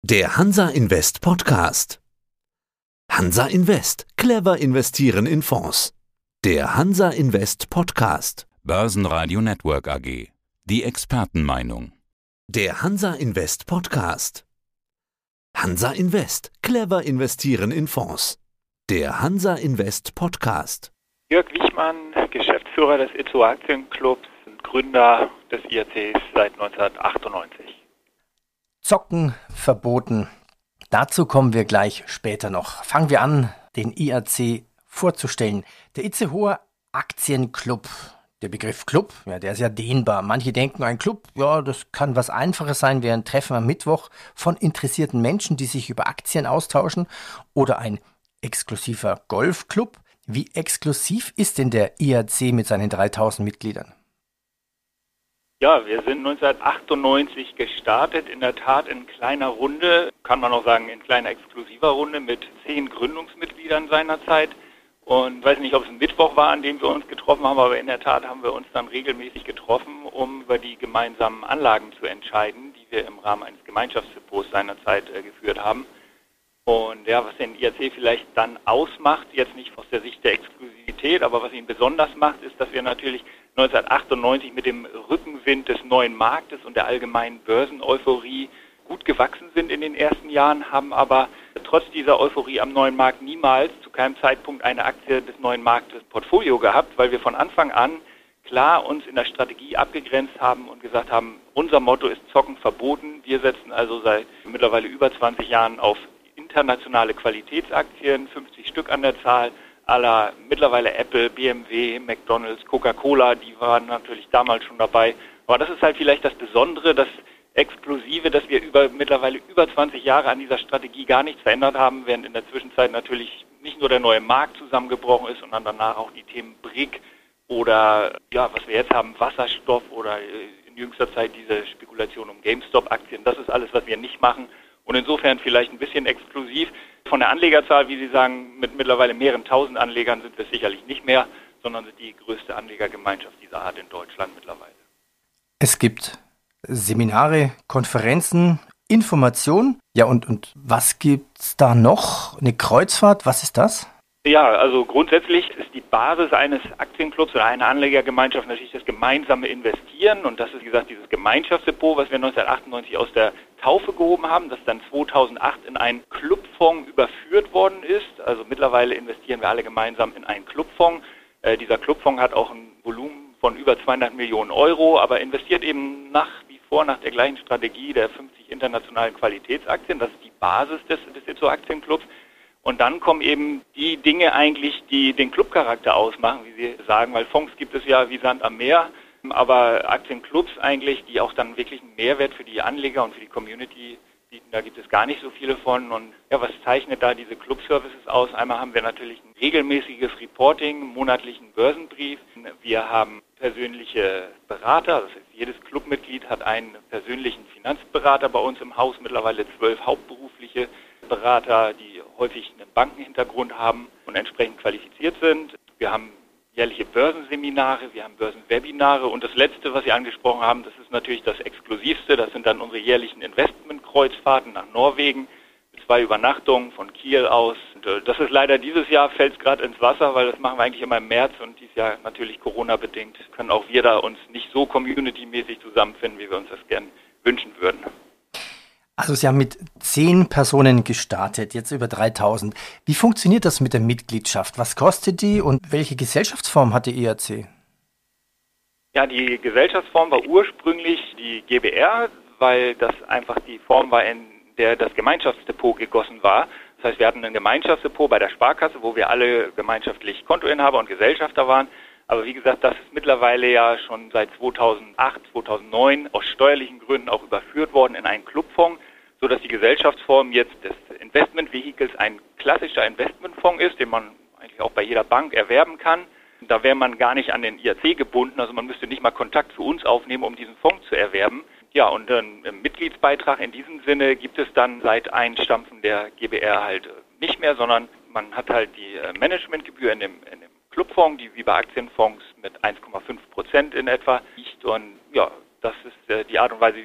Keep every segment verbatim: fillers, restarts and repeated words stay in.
Der Hansa Invest Podcast. Hansa Invest. Clever investieren in Fonds. Der Hansa Invest Podcast. Börsenradio Network A G. Die Expertenmeinung. Der Hansa Invest Podcast. Hansa Invest. Clever investieren in Fonds. Der Hansa Invest Podcast. Jörg Wichmann, Geschäftsführer des Itzehoe Aktienclubs und Gründer des I A Cs seit neunzehnhundertachtundneunzig. Zocken verboten. Dazu kommen wir gleich später noch. Fangen wir an, den I A C vorzustellen. Der Itzehoe Aktienclub. Der Begriff Club, ja, der ist ja dehnbar. Manche denken, ein Club, ja, das kann was Einfaches sein, wie ein Treffen am Mittwoch von interessierten Menschen, die sich über Aktien austauschen, oder ein exklusiver Golfclub. Wie exklusiv ist denn der I A C mit seinen dreitausend Mitgliedern? Ja, wir sind neunzehnhundertachtundneunzig gestartet, in der Tat in kleiner Runde, kann man auch sagen in kleiner exklusiver Runde mit zehn Gründungsmitgliedern seinerzeit. Und ich weiß nicht, ob es ein Mittwoch war, an dem wir uns getroffen haben, aber in der Tat haben wir uns dann regelmäßig getroffen, um über die gemeinsamen Anlagen zu entscheiden, die wir im Rahmen eines Gemeinschaftsdepots seinerzeit äh, geführt haben. Und ja, was den I A C vielleicht dann ausmacht, jetzt nicht aus der Sicht der Exklusivität, aber was ihn besonders macht, ist, dass wir natürlich neunzehnhundertachtundneunzig mit dem Rückenwind des neuen Marktes und der allgemeinen Börseneuphorie gut gewachsen sind in den ersten Jahren, haben aber trotz dieser Euphorie am neuen Markt niemals zu keinem Zeitpunkt eine Aktie des neuen Marktes Portfolio gehabt, weil wir von Anfang an klar uns in der Strategie abgegrenzt haben und gesagt haben, unser Motto ist Zocken verboten. Wir setzen also seit mittlerweile über zwanzig Jahren auf internationale Qualitätsaktien, fünfzig Stück an der Zahl, aller mittlerweile Apple, B M W, McDonald's, Coca-Cola, die waren natürlich damals schon dabei. Aber das ist halt vielleicht das Besondere, das Exklusive, dass wir über mittlerweile über zwanzig Jahre an dieser Strategie gar nichts verändert haben, während in der Zwischenzeit natürlich nicht nur der neue Markt zusammengebrochen ist, sondern danach auch die Themen B R I C oder ja, was wir jetzt haben, Wasserstoff oder in jüngster Zeit diese Spekulation um GameStop-Aktien. Das ist alles, was wir nicht machen. Und insofern vielleicht ein bisschen exklusiv. Von der Anlegerzahl, wie Sie sagen, mit mittlerweile mehreren tausend Anlegern sind wir sicherlich nicht mehr, sondern sind die größte Anlegergemeinschaft dieser Art in Deutschland mittlerweile. Es gibt Seminare, Konferenzen, Informationen. Ja, und, und was gibt's da noch? Eine Kreuzfahrt, was ist das? Ja, also grundsätzlich ist die Basis eines Aktienclubs oder einer Anlegergemeinschaft natürlich das gemeinsame Investieren. Und das ist, wie gesagt, dieses Gemeinschaftsdepot, was wir neunzehnhundertachtundneunzig aus der Taufe gehoben haben, das dann zweitausendacht in einen Clubfonds überführt worden ist. Also mittlerweile investieren wir alle gemeinsam in einen Clubfonds. Äh, dieser Clubfonds hat auch ein Volumen von über zweihundert Millionen Euro, aber investiert eben nach wie vor nach der gleichen Strategie der fünfzig internationalen Qualitätsaktien. Das ist die Basis des, des Itzehoe Aktienclubs. Und dann kommen eben die Dinge eigentlich, die den Clubcharakter ausmachen, wie Sie sagen, weil Fonds gibt es ja wie Sand am Meer, aber Aktienclubs eigentlich, die auch dann wirklich einen Mehrwert für die Anleger und für die Community bieten, da gibt es gar nicht so viele von. Und ja, was zeichnet da diese Club-Services aus? Einmal haben wir natürlich ein regelmäßiges Reporting, einen monatlichen Börsenbrief. Wir haben persönliche Berater, das heißt, jedes Clubmitglied hat einen persönlichen Finanzberater bei uns im Haus, mittlerweile zwölf hauptberufliche Berater, die häufig einen Bankenhintergrund haben und entsprechend qualifiziert sind. Wir haben jährliche Börsenseminare, wir haben Börsenwebinare und das Letzte, was Sie angesprochen haben, das ist natürlich das Exklusivste, das sind dann unsere jährlichen Investmentkreuzfahrten nach Norwegen mit zwei Übernachtungen von Kiel aus. Und das ist leider dieses Jahr, fällt es gerade ins Wasser, weil das machen wir eigentlich immer im März und dieses Jahr natürlich Corona-bedingt können auch wir da uns nicht so community-mäßig zusammenfinden, wie wir uns das gern wünschen würden. Also Sie haben mit zehn Personen gestartet, jetzt über dreitausend. Wie funktioniert das mit der Mitgliedschaft? Was kostet die und welche Gesellschaftsform hat die I A C? Ja, die Gesellschaftsform war ursprünglich die G b R, weil das einfach die Form war, in der das Gemeinschaftsdepot gegossen war. Das heißt, wir hatten ein Gemeinschaftsdepot bei der Sparkasse, wo wir alle gemeinschaftlich Kontoinhaber und Gesellschafter waren. Aber wie gesagt, das ist mittlerweile ja schon seit zweitausendacht, zweitausendneun aus steuerlichen Gründen auch überführt worden in einen Clubfonds, sodass die Gesellschaftsform jetzt des Investmentvehikels ein klassischer Investmentfonds ist, den man eigentlich auch bei jeder Bank erwerben kann. Da wäre man gar nicht an den I A C gebunden, also man müsste nicht mal Kontakt zu uns aufnehmen, um diesen Fonds zu erwerben. Ja, und einen Mitgliedsbeitrag in diesem Sinne gibt es dann seit Einstampfen der G b R halt nicht mehr, sondern man hat halt die Managementgebühr in dem, in dem Clubfonds, die wie bei Aktienfonds mit eins Komma fünf Prozent in etwa liegt. Und ja, das ist die Art und Weise, wie wir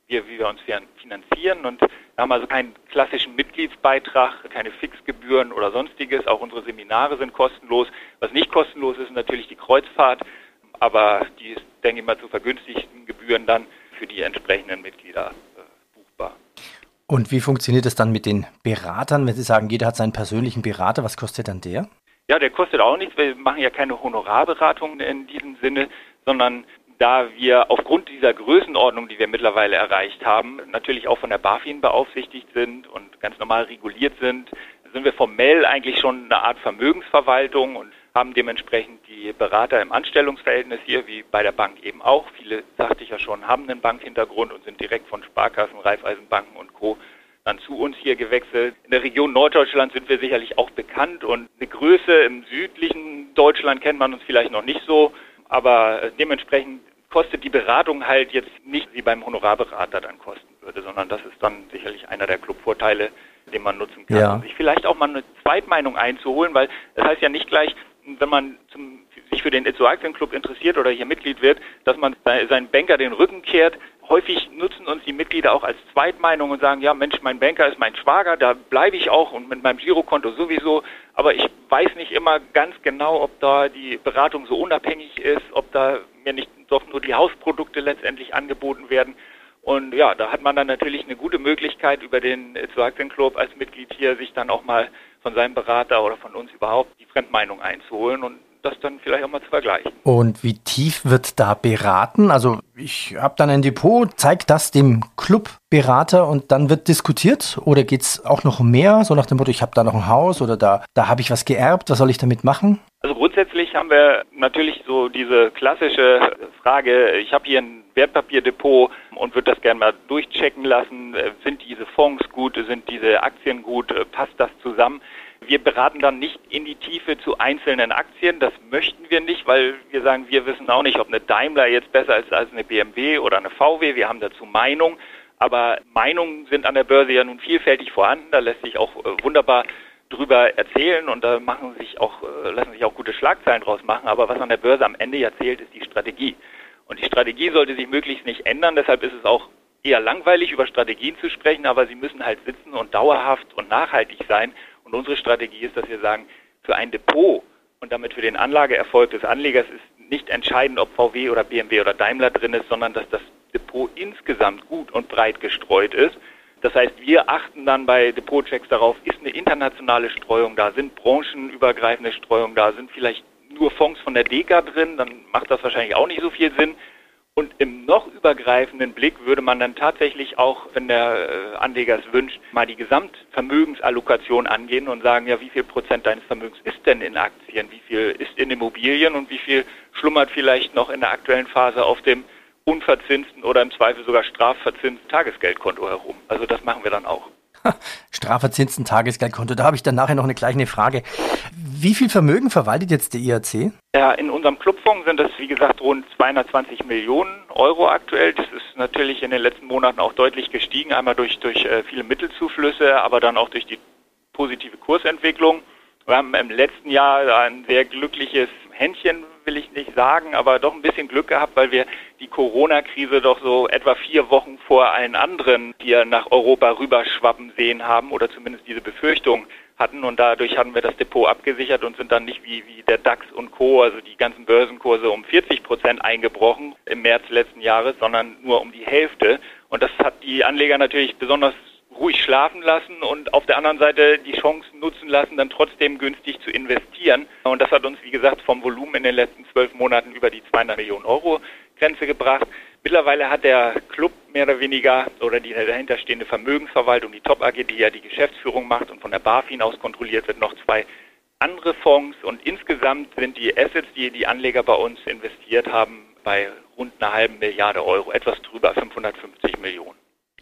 wir, wie wir uns finanzieren und wir haben also keinen klassischen Mitgliedsbeitrag, keine Fixgebühren oder sonstiges. Auch unsere Seminare sind kostenlos. Was nicht kostenlos ist, ist natürlich die Kreuzfahrt, aber die ist, denke ich mal, zu vergünstigten Gebühren dann für die entsprechenden Mitglieder äh, buchbar. Und wie funktioniert es dann mit den Beratern, wenn Sie sagen, jeder hat seinen persönlichen Berater, was kostet dann der? Ja, der kostet auch nichts. Wir machen ja keine Honorarberatung in diesem Sinne, sondern da wir aufgrund dieser Größenordnung, die wir mittlerweile erreicht haben, natürlich auch von der BaFin beaufsichtigt sind und ganz normal reguliert sind, sind wir formell eigentlich schon eine Art Vermögensverwaltung und haben dementsprechend die Berater im Anstellungsverhältnis hier, wie bei der Bank eben auch. Viele, sagte ich ja schon, haben einen Bankhintergrund und sind direkt von Sparkassen, Raiffeisenbanken und Co. dann zu uns hier gewechselt. In der Region Norddeutschland sind wir sicherlich auch bekannt und eine Größe im südlichen Deutschland kennt man uns vielleicht noch nicht so. Aber dementsprechend kostet die Beratung halt jetzt nicht wie beim Honorarberater dann kosten würde, sondern das ist dann sicherlich einer der Clubvorteile, den man nutzen kann. Ja. Und sich vielleicht auch mal eine Zweitmeinung einzuholen, weil das heißt ja nicht gleich, wenn man zum, sich für den Itzehoe Aktienclub interessiert oder hier Mitglied wird, dass man seinen Banker den Rücken kehrt. Häufig nutzen uns die Mitglieder auch als Zweitmeinung und sagen, ja Mensch, mein Banker ist mein Schwager, da bleibe ich auch und mit meinem Girokonto sowieso. Aber ich weiß nicht immer ganz genau, ob da die Beratung so unabhängig ist, ob da mir nicht doch nur die Hausprodukte letztendlich angeboten werden. Und ja, da hat man dann natürlich eine gute Möglichkeit, über den Itzehoe Aktienclub als Mitglied hier sich dann auch mal von seinem Berater oder von uns überhaupt die Fremdmeinung einzuholen und das dann vielleicht auch mal zu vergleichen. Und wie tief wird da beraten? Also ich habe dann ein Depot, zeige das dem Clubberater und dann wird diskutiert? Oder geht es auch noch mehr? So nach dem Motto, ich habe da noch ein Haus oder da, da habe ich was geerbt, was soll ich damit machen? Also grundsätzlich haben wir natürlich so diese klassische Frage, ich habe hier ein Wertpapierdepot und würde das gerne mal durchchecken lassen. Sind diese Fonds gut, sind diese Aktien gut, passt das zusammen? Wir beraten dann nicht in die Tiefe zu einzelnen Aktien, das möchten wir nicht, weil wir sagen, wir wissen auch nicht, ob eine Daimler jetzt besser ist als eine B M W oder eine V W, wir haben dazu Meinung, aber Meinungen sind an der Börse ja nun vielfältig vorhanden, da lässt sich auch äh, wunderbar drüber erzählen und da machen sich auch, äh, lassen sich auch gute Schlagzeilen draus machen, aber was an der Börse am Ende ja zählt, ist die Strategie. Und die Strategie sollte sich möglichst nicht ändern, deshalb ist es auch eher langweilig, über Strategien zu sprechen, aber sie müssen halt sitzen und dauerhaft und nachhaltig sein. Und unsere Strategie ist, dass wir sagen, für ein Depot und damit für den Anlageerfolg des Anlegers ist nicht entscheidend, ob V W oder B M W oder Daimler drin ist, sondern dass das Depot insgesamt gut und breit gestreut ist. Das heißt, wir achten dann bei Depotchecks darauf, ist eine internationale Streuung da, sind branchenübergreifende Streuung da, sind vielleicht nur Fonds von der Deka drin, dann macht das wahrscheinlich auch nicht so viel Sinn. Und im noch übergreifenden Blick würde man dann tatsächlich auch, wenn der Anleger es wünscht, mal die Gesamtvermögensallokation angehen und sagen, ja, wie viel Prozent deines Vermögens ist denn in Aktien, wie viel ist in Immobilien und wie viel schlummert vielleicht noch in der aktuellen Phase auf dem unverzinsten oder im Zweifel sogar strafverzinsten Tagesgeldkonto herum. Also das machen wir dann auch. Strafverzinsten Tagesgeldkonto, da habe ich dann nachher noch eine gleiche Frage. Wie viel Vermögen verwaltet jetzt der I A C? Ja, in unserem Clubfonds sind das, wie gesagt, rund zweihundertzwanzig Millionen Euro aktuell. Das ist natürlich in den letzten Monaten auch deutlich gestiegen, einmal durch, durch äh, viele Mittelzuflüsse, aber dann auch durch die positive Kursentwicklung. Wir haben im letzten Jahr ein sehr glückliches Händchen, will ich nicht sagen, aber doch ein bisschen Glück gehabt, weil wir die Corona-Krise doch so etwa vier Wochen vor allen anderen hier nach Europa rüberschwappen sehen haben oder zumindest diese Befürchtung hatten und dadurch hatten wir das Depot abgesichert und sind dann nicht wie, wie der DAX und Co., also die ganzen Börsenkurse um vierzig Prozent eingebrochen im März letzten Jahres, sondern nur um die Hälfte und das hat die Anleger natürlich besonders ruhig schlafen lassen und auf der anderen Seite die Chance nutzen lassen, dann trotzdem günstig zu investieren. Und das hat uns, wie gesagt, vom Volumen in den letzten zwölf Monaten über die zweihundert Millionen Euro Grenze gebracht. Mittlerweile hat der Club mehr oder weniger oder die dahinterstehende Vermögensverwaltung, die Top A G, die ja die Geschäftsführung macht und von der BaFin aus kontrolliert wird, noch zwei andere Fonds. Und insgesamt sind die Assets, die die Anleger bei uns investiert haben, bei rund einer halben Milliarde Euro, etwas drüber, fünfhundertfünfzig Millionen.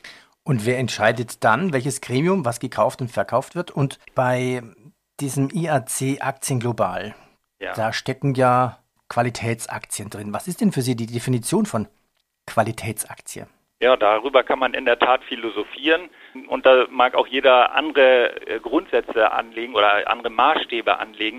Und wer entscheidet dann, welches Gremium, was gekauft und verkauft wird? Und bei diesem I A C Aktien Global, ja. Da stecken ja Qualitätsaktien drin. Was ist denn für Sie die Definition von Qualitätsaktie? Ja, darüber kann man in der Tat philosophieren und da mag auch jeder andere Grundsätze anlegen oder andere Maßstäbe anlegen.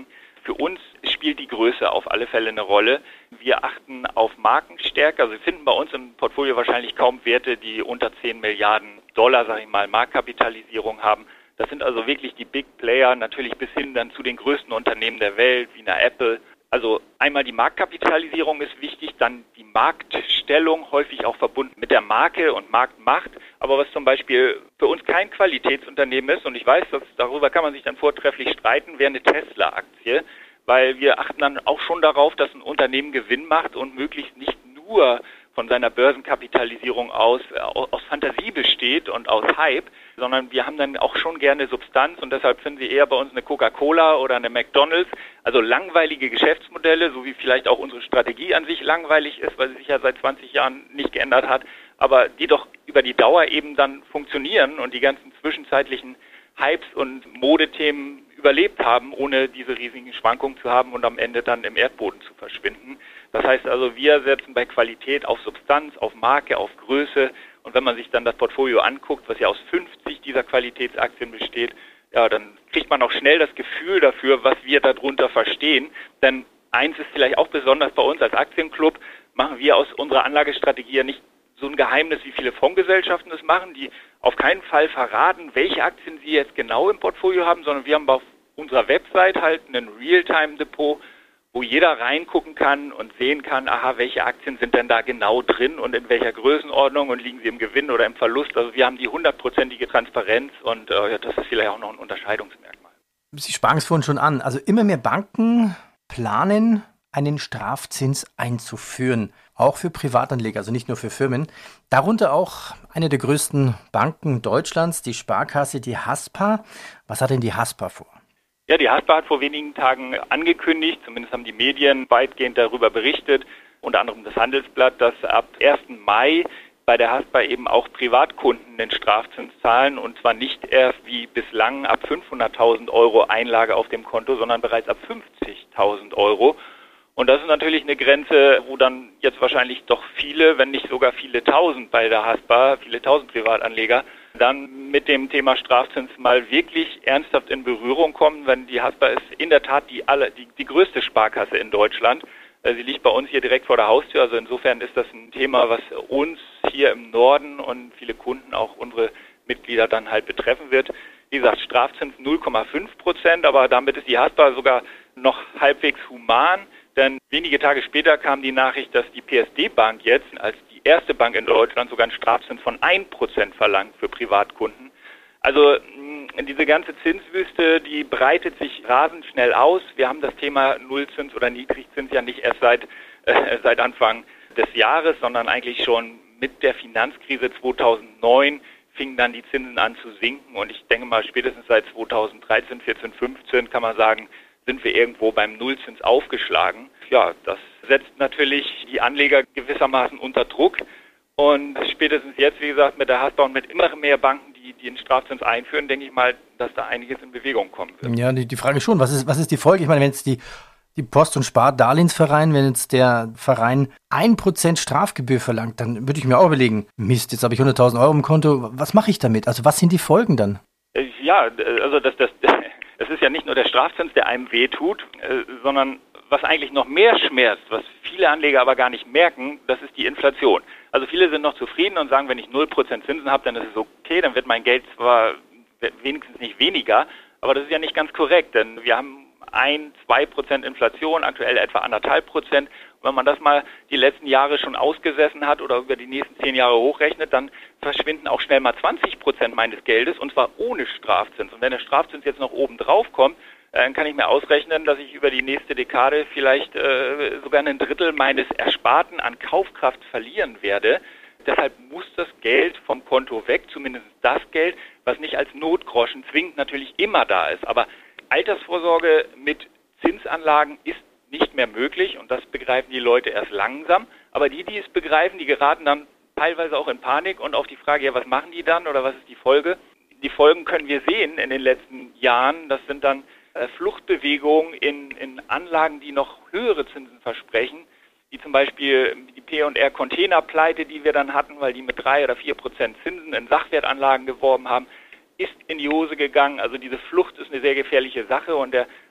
Für uns spielt die Größe auf alle Fälle eine Rolle. Wir achten auf Markenstärke. Also wir finden bei uns im Portfolio wahrscheinlich kaum Werte, die unter zehn Milliarden Dollar, sage ich mal, Marktkapitalisierung haben. Das sind also wirklich die Big Player, natürlich bis hin dann zu den größten Unternehmen der Welt, wie einer Apple. Also einmal die Marktkapitalisierung ist wichtig, dann die Marktstellung, häufig auch verbunden mit der Marke und Marktmacht. Aber was zum Beispiel für uns kein Qualitätsunternehmen ist, und ich weiß, dass darüber kann man sich dann vortrefflich streiten, wäre eine Tesla-Aktie, weil wir achten dann auch schon darauf, dass ein Unternehmen Gewinn macht und möglichst nicht nur von seiner Börsenkapitalisierung aus, aus Fantasie besteht und aus Hype, sondern wir haben dann auch schon gerne Substanz und deshalb finden Sie eher bei uns eine Coca-Cola oder eine McDonald's, also langweilige Geschäftsmodelle, so wie vielleicht auch unsere Strategie an sich langweilig ist, weil sie sich ja seit zwanzig Jahren nicht geändert hat, aber die doch über die Dauer eben dann funktionieren und die ganzen zwischenzeitlichen Hypes und Modethemen überlebt haben, ohne diese riesigen Schwankungen zu haben und am Ende dann im Erdboden zu verschwinden. Das heißt also, wir setzen bei Qualität auf Substanz, auf Marke, auf Größe. Und wenn man sich dann das Portfolio anguckt, was ja aus fünfzig dieser Qualitätsaktien besteht, ja, dann kriegt man auch schnell das Gefühl dafür, was wir darunter verstehen. Denn eins ist vielleicht auch besonders bei uns als Aktienclub, machen wir aus unserer Anlagestrategie ja nicht so ein Geheimnis, wie viele Fondsgesellschaften das machen, die auf keinen Fall verraten, welche Aktien sie jetzt genau im Portfolio haben, sondern wir haben auf unserer Website halt ein Realtime-Depot, wo jeder reingucken kann und sehen kann, aha, welche Aktien sind denn da genau drin und in welcher Größenordnung und liegen sie im Gewinn oder im Verlust. Also wir haben die hundertprozentige Transparenz und äh, das ist vielleicht auch noch ein Unterscheidungsmerkmal. Sie sprachen es vorhin schon an, also immer mehr Banken planen, einen Strafzins einzuführen, auch für Privatanleger, also nicht nur für Firmen. Darunter auch eine der größten Banken Deutschlands, die Sparkasse, die Haspa. Was hat denn die Haspa vor? Ja, die Haspa hat vor wenigen Tagen angekündigt, zumindest haben die Medien weitgehend darüber berichtet, unter anderem das Handelsblatt, dass ab ersten Mai bei der Haspa eben auch Privatkunden den Strafzins zahlen und zwar nicht erst wie bislang ab fünfhunderttausend Euro Einlage auf dem Konto, sondern bereits ab fünfzigtausend Euro. Und das ist natürlich eine Grenze, wo dann jetzt wahrscheinlich doch viele, wenn nicht sogar viele Tausend bei der Haspa, viele Tausend Privatanleger, dann mit dem Thema Strafzins mal wirklich ernsthaft in Berührung kommen, wenn die Haspa ist in der Tat die, alle, die, die größte Sparkasse in Deutschland. Sie liegt bei uns hier direkt vor der Haustür, also insofern ist das ein Thema, was uns hier im Norden und viele Kunden, auch unsere Mitglieder dann halt betreffen wird. Wie gesagt, Strafzins null Komma fünf Prozent, aber damit ist die Haspa sogar noch halbwegs human. Denn wenige Tage später kam die Nachricht, dass die P S D-Bank jetzt als die erste Bank in Deutschland sogar einen Strafzins von ein Prozent verlangt für Privatkunden. Also diese ganze Zinswüste, die breitet sich rasend schnell aus. Wir haben das Thema Nullzins oder Niedrigzins ja nicht erst seit, äh, seit Anfang des Jahres, sondern eigentlich schon mit der Finanzkrise zweitausendneun fingen dann die Zinsen an zu sinken. Und ich denke mal, spätestens seit zweitausenddreizehn, vierzehn, fünfzehn kann man sagen, sind wir irgendwo beim Nullzins aufgeschlagen. Ja, das setzt natürlich die Anleger gewissermaßen unter Druck. Und spätestens jetzt, wie gesagt, mit der Haspa und mit immer mehr Banken, die, die den Strafzins einführen, denke ich mal, dass da einiges in Bewegung kommen wird. Ja, die, die Frage ist schon, was ist, was ist die Folge? Ich meine, wenn jetzt die, die Post- und Spar-Darlehensverein, wenn jetzt der Verein ein Prozent Strafgebühr verlangt, dann würde ich mir auch überlegen, Mist, jetzt habe ich hunderttausend Euro im Konto, was mache ich damit? Also was sind die Folgen dann? Ja, also das, das, es ist ja nicht nur der Strafzins, der einem wehtut, äh, sondern was eigentlich noch mehr schmerzt, was viele Anleger aber gar nicht merken, das ist die Inflation. Also viele sind noch zufrieden und sagen, wenn ich null Prozent Zinsen habe, dann ist es okay, dann wird mein Geld zwar wenigstens nicht weniger, aber das ist ja nicht ganz korrekt, denn wir haben ein, zwei Prozent Inflation, aktuell etwa anderthalb Prozent. Und wenn man das mal die letzten Jahre schon ausgesessen hat oder über die nächsten zehn Jahre hochrechnet, dann verschwinden auch schnell mal zwanzig Prozent meines Geldes und zwar ohne Strafzins. Und wenn der Strafzins jetzt noch oben drauf kommt, dann kann ich mir ausrechnen, dass ich über die nächste Dekade vielleicht äh, sogar ein Drittel meines Ersparten an Kaufkraft verlieren werde. Deshalb muss das Geld vom Konto weg, zumindest das Geld, was nicht als Notgroschen zwingend natürlich immer da ist. Aber Altersvorsorge mit Zinsanlagen ist nicht mehr möglich und das begreifen die Leute erst langsam. Aber die, die es begreifen, die geraten dann teilweise auch in Panik und auf die Frage, ja, was machen die dann oder was ist die Folge? Die Folgen können wir sehen in den letzten Jahren. Das sind dann äh, Fluchtbewegungen in, in Anlagen, die noch höhere Zinsen versprechen, wie zum Beispiel die P und R Containerpleite, die wir dann hatten, weil die mit drei oder vier Prozent Zinsen in Sachwertanlagen geworben haben, ist in die Hose gegangen. Also diese Flucht ist eine sehr gefährliche Sache und der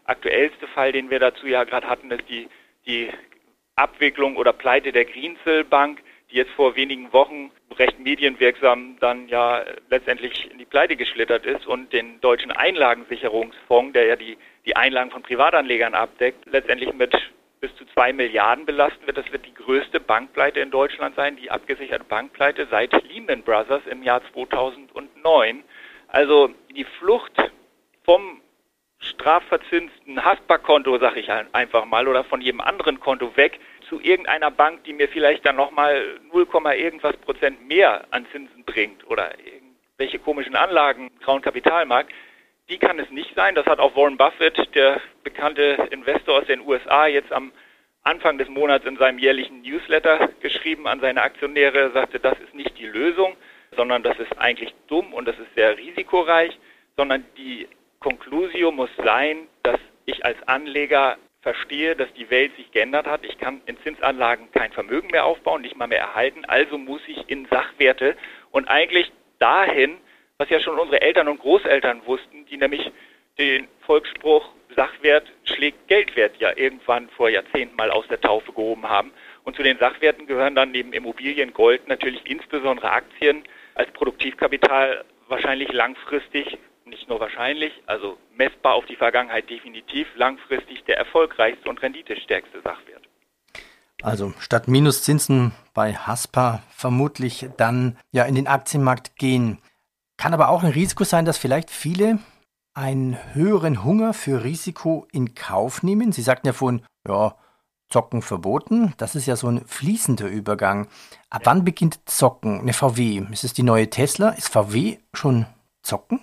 aktuellste Fall, den wir dazu ja gerade hatten, ist die, die Abwicklung oder Pleite der Greensill Bank, die jetzt vor wenigen Wochen recht medienwirksam dann ja letztendlich in die Pleite geschlittert ist und den deutschen Einlagensicherungsfonds, der ja die, die Einlagen von Privatanlegern abdeckt, letztendlich mit bis zu zwei Milliarden belasten wird. Das wird die größte Bankpleite in Deutschland sein, die abgesicherte Bankpleite seit Lehman Brothers im Jahr zweitausendneun. Also die Flucht vom strafverzinsten Haspa-Konto, sag ich einfach mal, oder von jedem anderen Konto weg zu irgendeiner Bank, die mir vielleicht dann nochmal null, irgendwas Prozent mehr an Zinsen bringt oder irgendwelche komischen Anlagen, grauen Kapitalmarkt, die kann es nicht sein. Das hat auch Warren Buffett, der bekannte Investor aus den U S A, jetzt am Anfang des Monats in seinem jährlichen Newsletter geschrieben an seine Aktionäre. Er sagte, das ist nicht die Lösung, sondern das ist eigentlich dumm und das ist sehr risikoreich, sondern die Conclusio muss sein, dass ich als Anleger verstehe, dass die Welt sich geändert hat. Ich kann in Zinsanlagen kein Vermögen mehr aufbauen, nicht mal mehr erhalten. Also muss ich in Sachwerte und eigentlich dahin, was ja schon unsere Eltern und Großeltern wussten, die nämlich den Volksspruch Sachwert schlägt Geldwert ja irgendwann vor Jahrzehnten mal aus der Taufe gehoben haben. Und zu den Sachwerten gehören dann neben Immobilien, Gold natürlich insbesondere Aktien als Produktivkapital wahrscheinlich langfristig, nicht nur wahrscheinlich, also messbar auf die Vergangenheit definitiv, langfristig der erfolgreichste und renditestärkste Sachwert. Also statt Minuszinsen bei Haspa vermutlich dann ja in den Aktienmarkt gehen. Kann aber auch ein Risiko sein, dass vielleicht viele einen höheren Hunger für Risiko in Kauf nehmen. Sie sagten ja vorhin, ja, Zocken verboten. Das ist ja so ein fließender Übergang. Ab ja. Wann beginnt Zocken? Eine V W? Ist es die neue Tesla? Ist V W schon Zocken?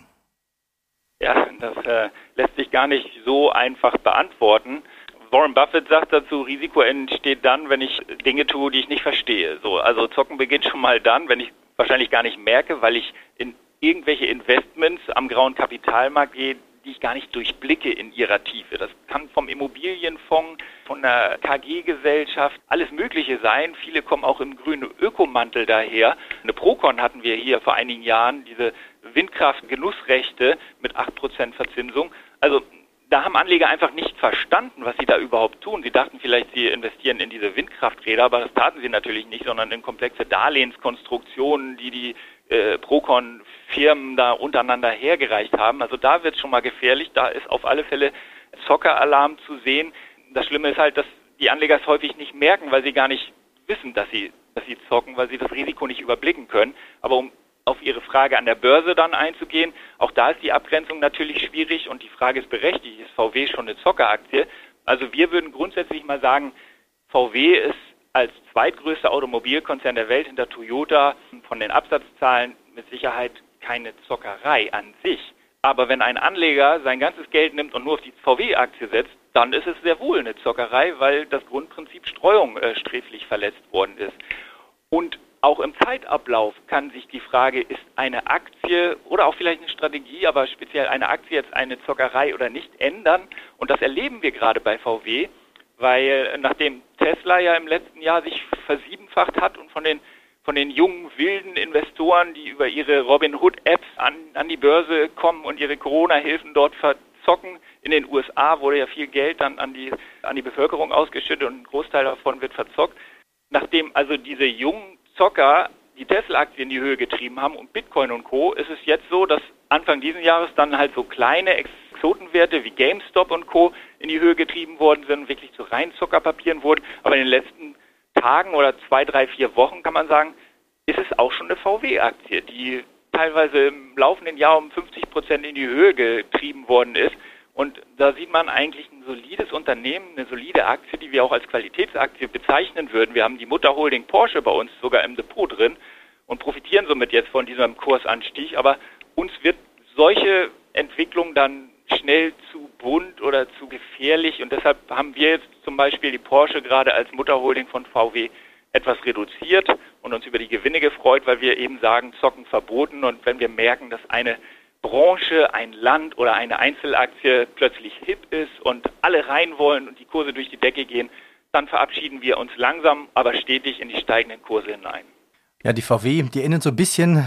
Ja, das äh, lässt sich gar nicht so einfach beantworten. Warren Buffett sagt dazu, Risiko entsteht dann, wenn ich Dinge tue, die ich nicht verstehe. So, also Zocken beginnt schon mal dann, wenn ich wahrscheinlich gar nicht merke, weil ich in irgendwelche Investments am grauen Kapitalmarkt gehe, die ich gar nicht durchblicke in ihrer Tiefe. Das kann vom Immobilienfonds, von der K G-Gesellschaft, alles Mögliche sein. Viele kommen auch im grünen Ökomantel daher. Eine Procon hatten wir hier vor einigen Jahren, diese Windkraft-Genussrechte mit acht Prozent Verzinsung. Also da haben Anleger einfach nicht verstanden, was sie da überhaupt tun. Sie dachten vielleicht, sie investieren in diese Windkrafträder, aber das taten sie natürlich nicht, sondern in komplexe Darlehenskonstruktionen, die die äh, Procon-Firmen da untereinander hergereicht haben. Also da wird es schon mal gefährlich. Da ist auf alle Fälle Zockeralarm zu sehen. Das Schlimme ist halt, dass die Anleger es häufig nicht merken, weil sie gar nicht wissen, dass sie, dass sie zocken, weil sie das Risiko nicht überblicken können. Aber um auf Ihre Frage an der Börse dann einzugehen, auch da ist die Abgrenzung natürlich schwierig und die Frage ist berechtigt, ist V W schon eine Zockeraktie? Also wir würden grundsätzlich mal sagen, V W ist als zweitgrößter Automobilkonzern der Welt hinter Toyota von den Absatzzahlen mit Sicherheit keine Zockerei an sich. Aber wenn ein Anleger sein ganzes Geld nimmt und nur auf die V W-Aktie setzt, dann ist es sehr wohl eine Zockerei, weil das Grundprinzip Streuung äh, sträflich verletzt worden ist. Und auch im Zeitablauf kann sich die Frage, ist eine Aktie oder auch vielleicht eine Strategie, aber speziell eine Aktie jetzt eine Zockerei oder nicht, ändern. Und das erleben wir gerade bei V W, weil nachdem Tesla ja im letzten Jahr sich versiebenfacht hat und von den von den jungen, wilden Investoren, die über ihre Robinhood-Apps an, an die Börse kommen und ihre Corona-Hilfen dort verzocken. In den U S A wurde ja viel Geld dann an die, an die Bevölkerung ausgeschüttet und ein Großteil davon wird verzockt. Nachdem also diese jungen Zocker die Tesla-Aktie in die Höhe getrieben haben und Bitcoin und Co., ist es jetzt so, dass Anfang dieses Jahres dann halt so kleine Exotenwerte wie GameStop und Co. in die Höhe getrieben worden sind und wirklich zu reinen Zockerpapieren wurden. Aber in den letzten Tagen oder zwei, drei, vier Wochen kann man sagen, ist es auch schon eine V W-Aktie, die teilweise im laufenden Jahr um fünfzig Prozent in die Höhe getrieben worden ist. Und da sieht man eigentlich ein solides Unternehmen, eine solide Aktie, die wir auch als Qualitätsaktie bezeichnen würden. Wir haben die Mutterholding Porsche bei uns sogar im Depot drin und profitieren somit jetzt von diesem Kursanstieg. Aber uns wird solche Entwicklung dann schnell zu bunt oder zu gefährlich. Und deshalb haben wir jetzt zum Beispiel die Porsche gerade als Mutterholding von V W etwas reduziert und uns über die Gewinne gefreut, weil wir eben sagen, Zocken verboten. Und wenn wir merken, dass eine Branche, ein Land oder eine Einzelaktie plötzlich hip ist und alle rein wollen und die Kurse durch die Decke gehen, dann verabschieden wir uns langsam, aber stetig in die steigenden Kurse hinein. Ja, die V W, die erinnert so ein bisschen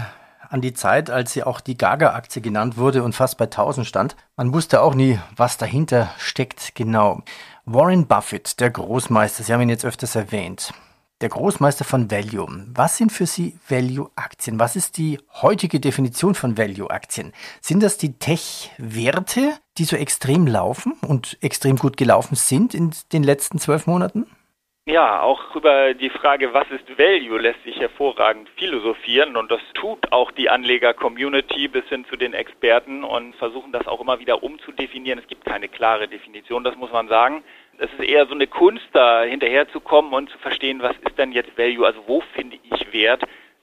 an die Zeit, als sie auch die Gaga-Aktie genannt wurde und fast bei tausend stand. Man wusste auch nie, was dahinter steckt genau. Warren Buffett, der Großmeister, Sie haben ihn jetzt öfters erwähnt. Der Großmeister von Value. Was sind für Sie Value-Aktien? Was ist die heutige Definition von Value-Aktien? Sind das die Tech-Werte, die so extrem laufen und extrem gut gelaufen sind in den letzten zwölf Monaten? Ja, auch über die Frage, was ist Value, lässt sich hervorragend philosophieren und das tut auch die Anleger-Community bis hin zu den Experten und versuchen das auch immer wieder umzudefinieren. Es gibt keine klare Definition, das muss man sagen. Es ist eher so eine Kunst, da hinterherzukommen und zu verstehen, was ist denn jetzt Value, also wo finde ich Wert?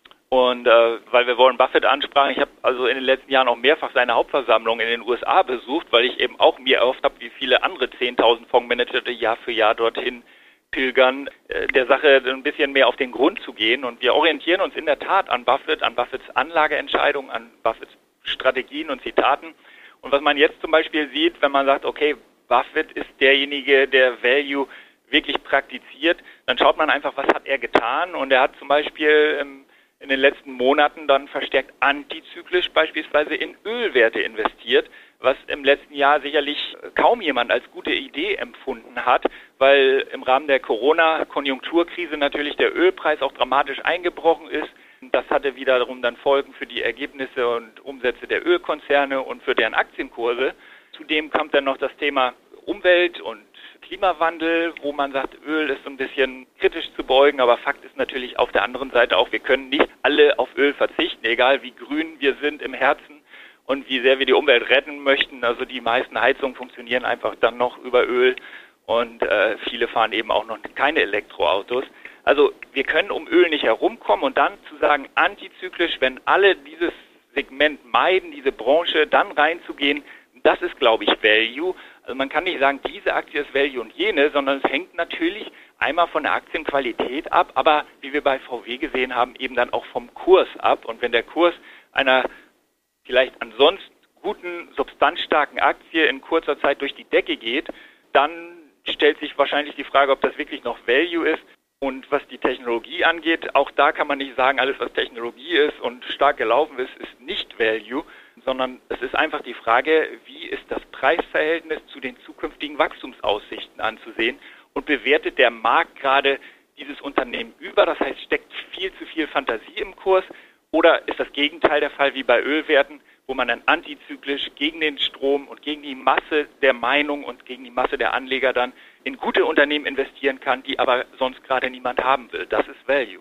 Und äh, weil wir Warren Buffett ansprachen, ich habe also in den letzten Jahren auch mehrfach seine Hauptversammlung in den U S A besucht, weil ich eben auch mir erhofft habe, wie viele andere zehntausend Fondsmanager, die Jahr für Jahr dorthin pilgern, äh, der Sache ein bisschen mehr auf den Grund zu gehen. Und wir orientieren uns in der Tat an Buffett, an Buffetts Anlageentscheidungen, an Buffetts Strategien und Zitaten. Und was man jetzt zum Beispiel sieht, wenn man sagt, okay, Buffett ist derjenige, der Value wirklich praktiziert, dann schaut man einfach, was hat er getan. Und er hat zum Beispiel ähm, in den letzten Monaten dann verstärkt antizyklisch beispielsweise in Ölwerte investiert, was im letzten Jahr sicherlich kaum jemand als gute Idee empfunden hat, weil im Rahmen der Corona-Konjunkturkrise natürlich der Ölpreis auch dramatisch eingebrochen ist. Das hatte wiederum dann Folgen für die Ergebnisse und Umsätze der Ölkonzerne und für deren Aktienkurse. Zudem kam dann noch das Thema Umwelt und Klimawandel, wo man sagt, Öl ist so ein bisschen kritisch zu beugen, aber Fakt ist natürlich auf der anderen Seite auch, wir können nicht alle auf Öl verzichten, egal wie grün wir sind im Herzen und wie sehr wir die Umwelt retten möchten. Also die meisten Heizungen funktionieren einfach dann noch über Öl und äh, viele fahren eben auch noch keine Elektroautos. Also wir können um Öl nicht herumkommen und dann zu sagen, antizyklisch, wenn alle dieses Segment meiden, diese Branche, dann reinzugehen, das ist, glaube ich, Value. Also man kann nicht sagen, diese Aktie ist Value und jene, sondern es hängt natürlich einmal von der Aktienqualität ab, aber wie wir bei V W gesehen haben, eben dann auch vom Kurs ab. Und wenn der Kurs einer vielleicht ansonsten guten, substanzstarken Aktie in kurzer Zeit durch die Decke geht, dann stellt sich wahrscheinlich die Frage, ob das wirklich noch Value ist. Und was die Technologie angeht, auch da kann man nicht sagen, alles was Technologie ist und stark gelaufen ist, ist nicht Value, sondern es ist einfach die Frage, wie ist das Preisverhältnis zu den zukünftigen Wachstumsaussichten anzusehen und bewertet der Markt gerade dieses Unternehmen über, das heißt steckt viel zu viel Fantasie im Kurs oder ist das Gegenteil der Fall wie bei Ölwerten, wo man dann antizyklisch gegen den Strom und gegen die Masse der Meinung und gegen die Masse der Anleger dann in gute Unternehmen investieren kann, die aber sonst gerade niemand haben will. Das ist Value.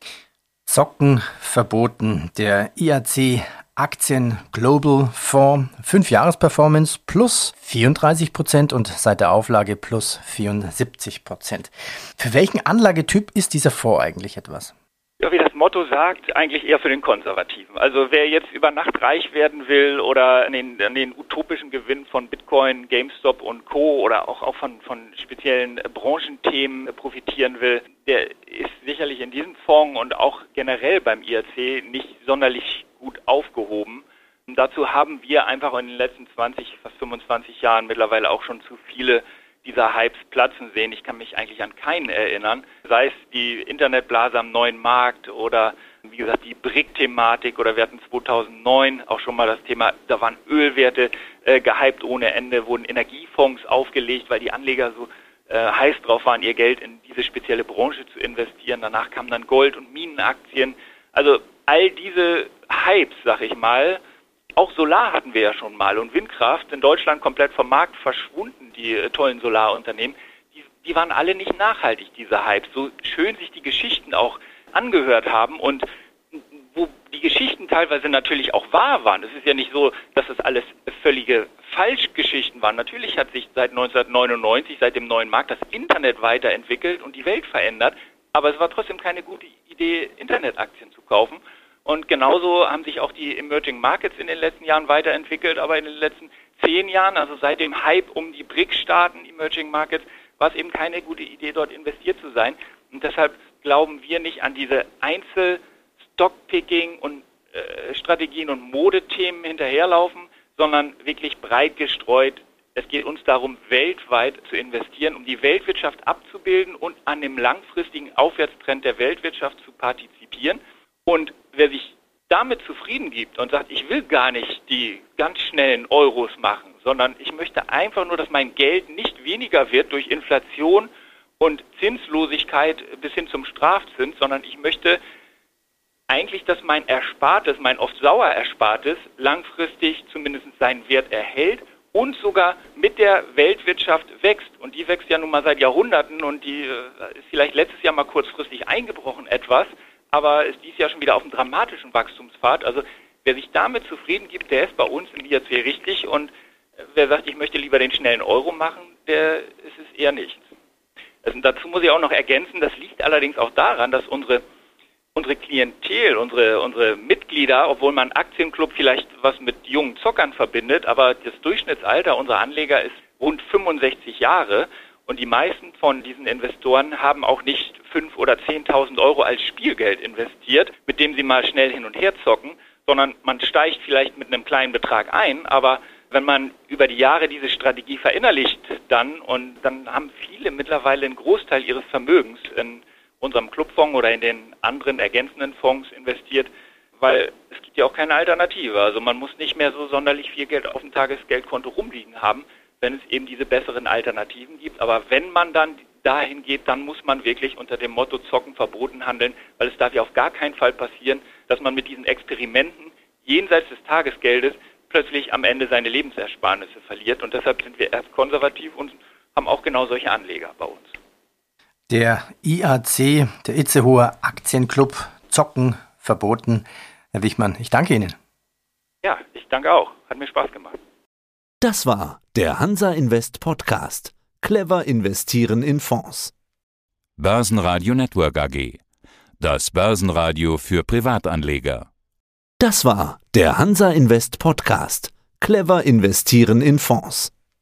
Zocken verboten. Der I A C Aktien Global Fonds, fünf Jahresperformance plus vierunddreißig Prozent und seit der Auflage plus vierundsiebzig Prozent. Für welchen Anlagetyp ist dieser Fonds eigentlich etwas? Ja, wie das Motto sagt, eigentlich eher für den Konservativen. Also wer jetzt über Nacht reich werden will oder an den, an den utopischen Gewinn von Bitcoin, GameStop und Co. oder auch, auch von, von speziellen Branchenthemen profitieren will, der ist sicherlich in diesem Fonds und auch generell beim I A C nicht sonderlich gut aufgehoben. Und dazu haben wir einfach in den letzten zwanzig, fast fünfundzwanzig Jahren mittlerweile auch schon zu viele dieser Hypes platzen sehen. Ich kann mich eigentlich an keinen erinnern. Sei es die Internetblase am neuen Markt oder wie gesagt die B R I C-Thematik oder wir hatten zweitausendneun auch schon mal das Thema, da waren Ölwerte äh, gehypt ohne Ende, wurden Energiefonds aufgelegt, weil die Anleger so äh, heiß drauf waren, ihr Geld in diese spezielle Branche zu investieren. Danach kamen dann Gold- und Minenaktien. Also all diese Hypes, sag ich mal, auch Solar hatten wir ja schon mal und Windkraft in Deutschland komplett vom Markt verschwunden, die äh, tollen Solarunternehmen, die, die waren alle nicht nachhaltig, diese Hypes. So schön sich die Geschichten auch angehört haben und wo die Geschichten teilweise natürlich auch wahr waren. Es ist ja nicht so, dass das alles völlige Falschgeschichten waren. Natürlich hat sich seit neunzehnhundertneunundneunzig, seit dem neuen Markt, das Internet weiterentwickelt und die Welt verändert, aber es war trotzdem keine gute Idee, Internetaktien zu kaufen. Und genauso haben sich auch die Emerging Markets in den letzten Jahren weiterentwickelt, aber in den letzten zehn Jahren, also seit dem Hype um die B R I C-Staaten, Emerging Markets, war es eben keine gute Idee, dort investiert zu sein. Und deshalb glauben wir nicht an diese Einzel-Stockpicking und äh, Strategien und Modethemen hinterherlaufen, sondern wirklich breit gestreut. Es geht uns darum, weltweit zu investieren, um die Weltwirtschaft abzubilden und an dem langfristigen Aufwärtstrend der Weltwirtschaft zu partizipieren. Und wer sich damit zufrieden gibt und sagt, ich will gar nicht die ganz schnellen Euros machen, sondern ich möchte einfach nur, dass mein Geld nicht weniger wird durch Inflation und Zinslosigkeit bis hin zum Strafzins, sondern ich möchte eigentlich, dass mein Erspartes, mein oft sauer Erspartes, langfristig zumindest seinen Wert erhält und sogar mit der Weltwirtschaft wächst. Und die wächst ja nun mal seit Jahrhunderten und die ist vielleicht letztes Jahr mal kurzfristig eingebrochen etwas, aber ist dieses Jahr schon wieder auf einem dramatischen Wachstumspfad. Also wer sich damit zufrieden gibt, der ist bei uns im I A C richtig, und wer sagt, ich möchte lieber den schnellen Euro machen, der ist es eher nicht. Also dazu muss ich auch noch ergänzen, das liegt allerdings auch daran, dass unsere unsere Klientel, unsere unsere Mitglieder, obwohl man Aktienclub vielleicht was mit jungen Zockern verbindet, aber das Durchschnittsalter unserer Anleger ist rund fünfundsechzig Jahre. Und die meisten von diesen Investoren haben auch nicht fünftausend oder zehntausend Euro als Spielgeld investiert, mit dem sie mal schnell hin und her zocken, sondern man steigt vielleicht mit einem kleinen Betrag ein, aber wenn man über die Jahre diese Strategie verinnerlicht dann, und dann haben viele mittlerweile einen Großteil ihres Vermögens in unserem Clubfonds oder in den anderen ergänzenden Fonds investiert, weil es gibt ja auch keine Alternative. Also man muss nicht mehr so sonderlich viel Geld auf dem Tagesgeldkonto rumliegen haben, wenn es eben diese besseren Alternativen gibt. Aber wenn man dann dahin geht, dann muss man wirklich unter dem Motto Zocken verboten handeln, weil es darf ja auf gar keinen Fall passieren, dass man mit diesen Experimenten jenseits des Tagesgeldes plötzlich am Ende seine Lebensersparnisse verliert. Und deshalb sind wir erst konservativ und haben auch genau solche Anleger bei uns. Der I A C, der Itzehoer Aktienclub, Zocken verboten. Herr Wichmann, ich danke Ihnen. Ja, ich danke auch. Hat mir Spaß gemacht. Das war der Hansa Invest Podcast. Clever investieren in Fonds. Börsenradio Network A G. Das Börsenradio für Privatanleger. Das war der Hansa Invest Podcast. Clever investieren in Fonds.